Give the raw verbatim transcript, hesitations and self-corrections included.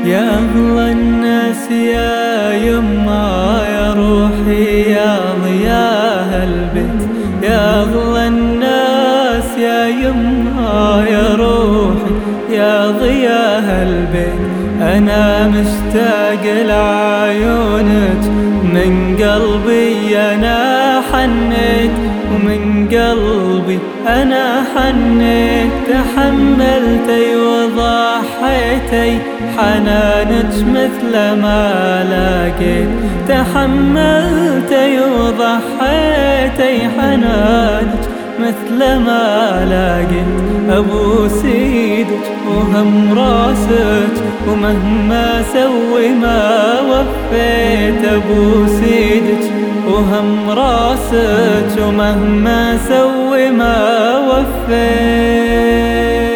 يا أغلى الناس يا يما يا روحي يا ضياء البيت، يا أغلى الناس يا يما يا روحي يا ضياء البيت. أنا مشتاق لعيونك من قلبي أنا حنيت، ومن قلبي أنا حنيت. تحملتي وضحيتي حنانك مثل ما لاقيت، تحملتي وضحيتي حنانك مثل ما لاقيت. أبوس ايدك وهم راسك ومهما سوي ما وفيت، أبوس ايدك وهم راسك ومهما سوي ما وفيت.